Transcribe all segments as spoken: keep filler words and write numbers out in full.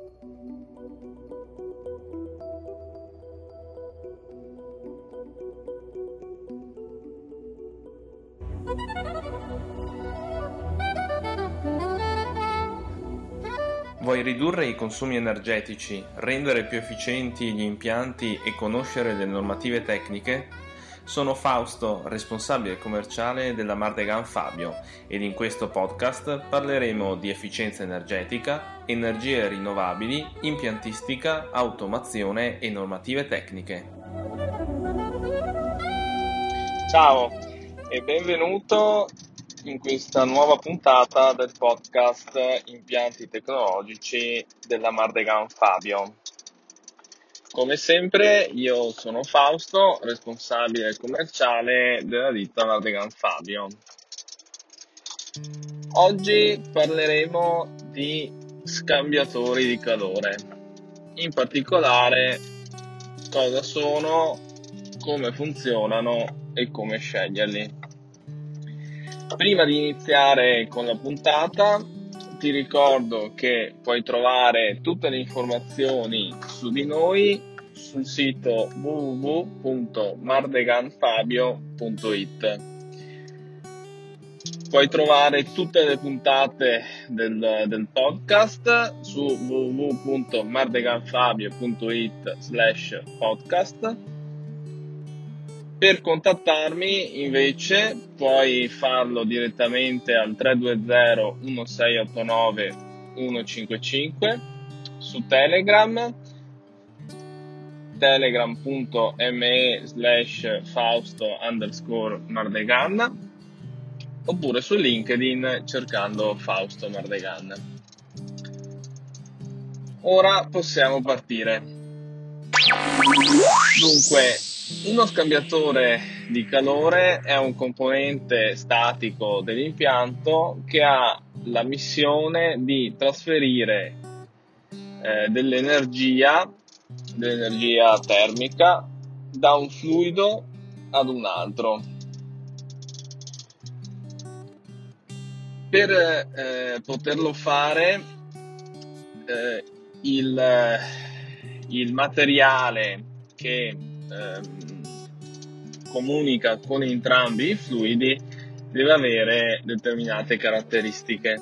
Vuoi ridurre i consumi energetici, rendere più efficienti gli impianti e conoscere le normative tecniche? Sono Fausto, responsabile commerciale della Mardegan Fabio, ed in questo podcast parleremo di efficienza energetica, energie rinnovabili, impiantistica, automazione e normative tecniche. Ciao e benvenuto in questa nuova puntata del podcast Impianti Tecnologici della Mardegan Fabio. Come sempre io sono Fausto, responsabile commerciale della ditta Mardegan Fabio. Oggi parleremo di scambiatori di calore, in particolare cosa sono, come funzionano e come sceglierli. Prima di iniziare con la puntata ti ricordo che puoi trovare tutte le informazioni su di noi sul sito w w w punto mardeganfabio punto i t. Puoi trovare tutte le puntate del, del podcast su w w w punto mardeganfabio punto i t slash podcast. Per contattarmi invece puoi farlo direttamente al tre due zero uno sei otto nove uno cinque cinque, su Telegram telegram.me slash fausto underscore mardegan, oppure su LinkedIn cercando Fausto Mardegan. Ora possiamo partire. Dunque, uno scambiatore di calore è un componente statico dell'impianto che ha la missione di trasferire eh, dell'energia, dell'energia termica da un fluido ad un altro. Per eh, poterlo fare, eh, il, il materiale che ehm, comunica con entrambi i fluidi deve avere determinate caratteristiche,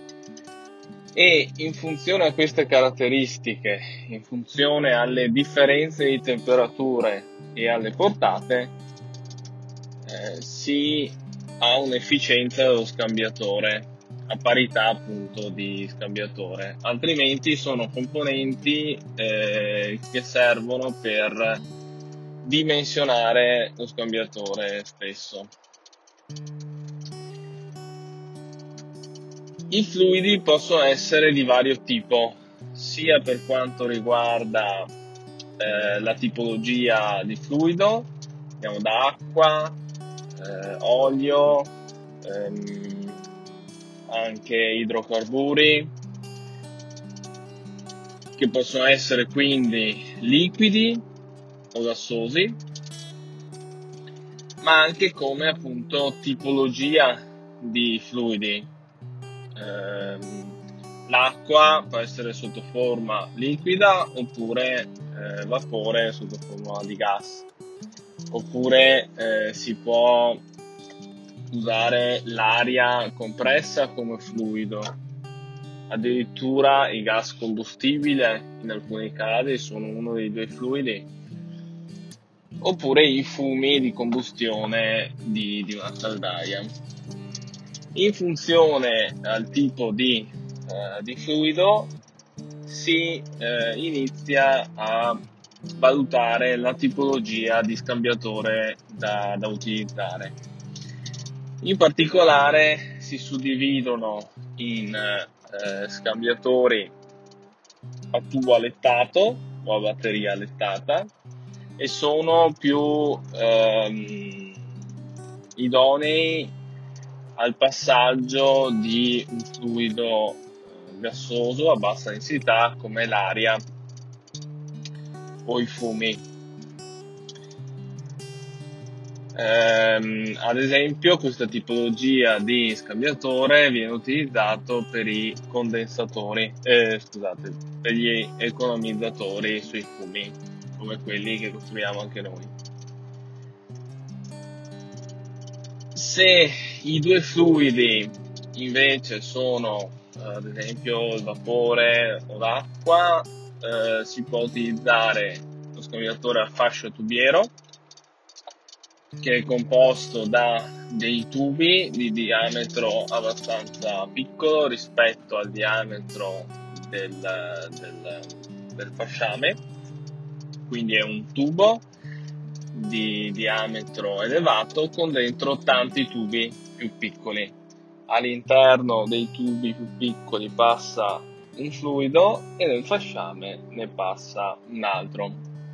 e in funzione a queste caratteristitige, in funzione alle differenze di temperature e alle portate, eh, si ha un'efficienza dello scambiatore a parità appunto di scambiatore, altrimenti sono componenti eh, che servono per dimensionare lo scambiatore stesso. I fluidi possono essere di vario tipo, sia per quanto riguarda eh, la tipologia di fluido, andiamo da acqua, eh, olio, ehm, anche idrocarburi, che possono essere quindi liquidi o gassosi, ma anche come appunto tipologia di fluidi. Ehm, l'acqua può essere sotto forma liquida oppure eh, vapore sotto forma di gas, oppure eh, si può usare l'aria compressa come fluido. Addirittura il gas combustibile in alcuni casi sono uno dei due fluidi, oppure i fumi di combustione di, di una caldaia. In funzione al tipo di, eh, di fluido si eh, inizia a valutare la tipologia di scambiatore da, da utilizzare. In particolare si suddividono in eh, scambiatori a tubo allettato o a batteria allettata, e sono più ehm, idonei al passaggio di un fluido gassoso a bassa densità come l'aria o i fumi. Ehm, ad esempio, questa tipologia di scambiatore viene utilizzato per i condensatori, eh, scusate, per gli economizzatori sui fumi, come quelli che costruiamo anche noi. Se i due fluidi invece sono, eh, ad esempio, il vapore o l'acqua, eh, si può utilizzare lo scambiatore a fascio tubiero, che è composto da dei tubi di diametro abbastanza piccolo rispetto al diametro del, del, del fasciame, quindi è un tubo di diametro elevato con dentro tanti tubi più piccoli. All'interno dei tubi più piccoli passa un fluido e nel fasciame ne passa un altro.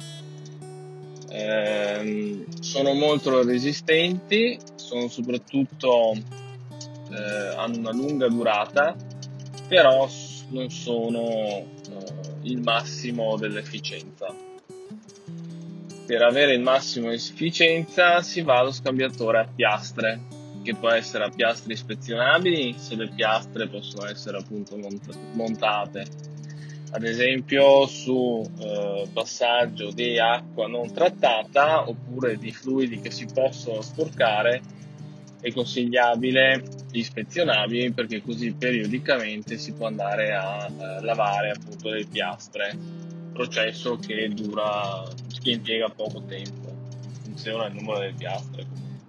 Eh, sono molto resistenti, sono soprattutto eh, hanno una lunga durata, però non sono eh, il massimo dell'efficienza. Per avere il massimo di efficienza si va allo scambiatore a piastre, che può essere a piastre ispezionabili se le piastre possono essere appunto mont- montate. Ad esempio su eh, passaggio di acqua non trattata oppure di fluidi che si possono sporcare è consigliabile gli ispezionabili, perché così periodicamente si può andare a eh, lavare appunto le piastre, processo che dura, che impiega poco tempo, funziona il numero delle piastre.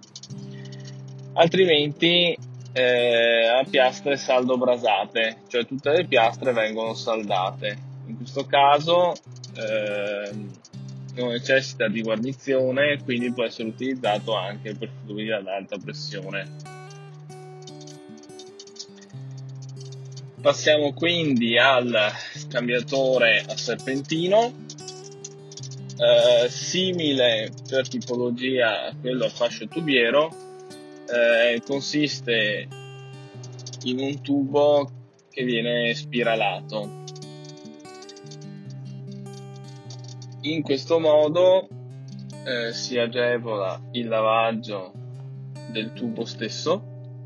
Altrimenti eh, a piastre saldo-brasate, cioè tutte le piastre vengono saldate. In questo caso eh, non necessita di guarnizione, quindi può essere utilizzato anche per fluidi ad alta pressione. Passiamo quindi al scambiatore a serpentino, eh, simile per tipologia a quello a fascio tubiero, eh, consiste in un tubo che viene spiralato. In questo modo eh, si agevola il lavaggio del tubo stesso,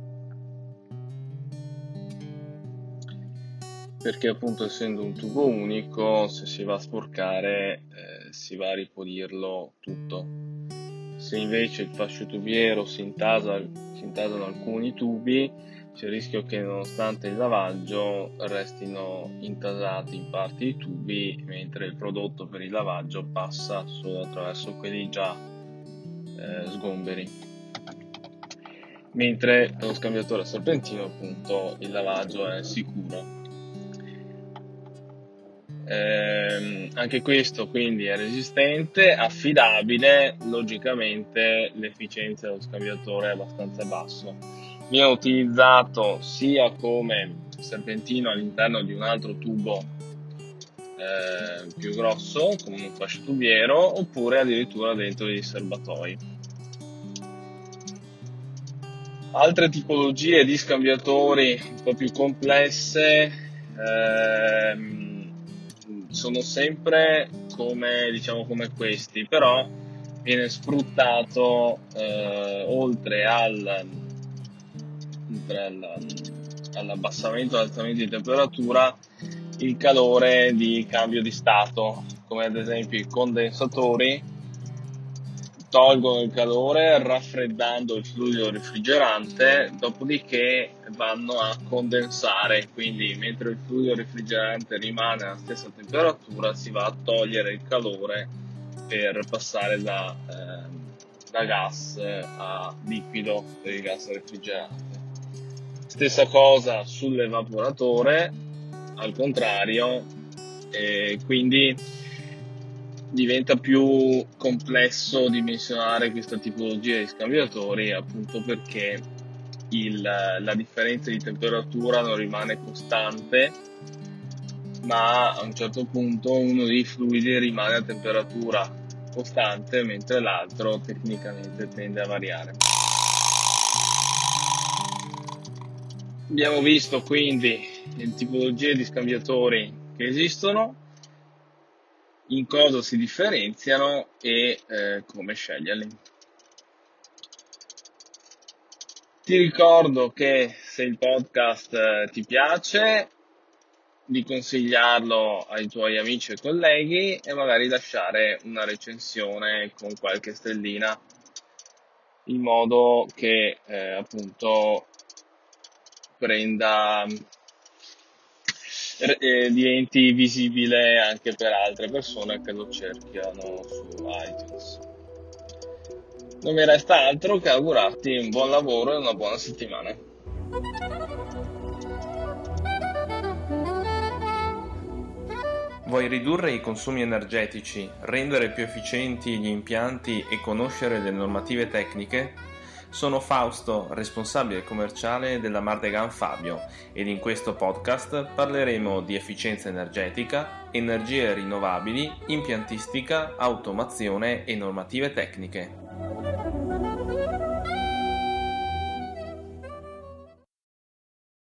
perché appunto essendo un tubo unico, se si va a sporcare eh, si va a ripulirlo tutto. Se invece il fascio tubiero si, intasa, si intasano alcuni tubi, c'è il rischio che nonostante il lavaggio restino intasati in parte i tubi, mentre il prodotto per il lavaggio passa solo attraverso quelli già eh, sgomberi. Mentre per lo scambiatore a serpentino appunto il lavaggio è sicuro. Eh, anche questo quindi è resistente, affidabile, logicamente l'efficienza dello scambiatore è abbastanza basso. Viene utilizzato sia come serpentino all'interno di un altro tubo eh, più grosso, come un fascio tubiero, oppure addirittura dentro dei serbatoi. Altre tipologie di scambiatori un po' più complesse ehm, sono sempre come, diciamo, come questi, però viene sfruttato eh, oltre al, oltre al, all'abbassamento e all'alzamento di temperatura il calore di cambio di stato, come ad esempio i condensatori tolgono il calore raffreddando il fluido refrigerante, dopodiché vanno a condensare, quindi mentre il fluido refrigerante rimane alla stessa temperatura si va a togliere il calore per passare da, eh, da gas a liquido per il gas refrigerante. Stessa cosa sull'evaporatore, al contrario, e quindi diventa più complesso dimensionare questa tipologia di scambiatori, appunto perché il, la differenza di temperatura non rimane costante, ma a un certo punto uno dei fluidi rimane a temperatura costante mentre l'altro tecnicamente tende a variare. Abbiamo visto quindi le tipologie di scambiatori che esistono, in cosa si differenziano e eh, come sceglierli. Ti ricordo che se il podcast eh, ti piace, di consigliarlo ai tuoi amici e colleghi e magari lasciare una recensione con qualche stellina, in modo che eh, appunto prenda eh, diventi visibile anche per altre persone che lo cerchiano su iTunes. Non mi resta altro che augurarti un buon lavoro e una buona settimana. Vuoi ridurre i consumi energetici, rendere più efficienti gli impianti e conoscere le normative tecniche? Sono Fausto, responsabile commerciale della Mardegan Fabio, ed in questo podcast parleremo di efficienza energetica, energie rinnovabili, impiantistica, automazione e normative tecniche.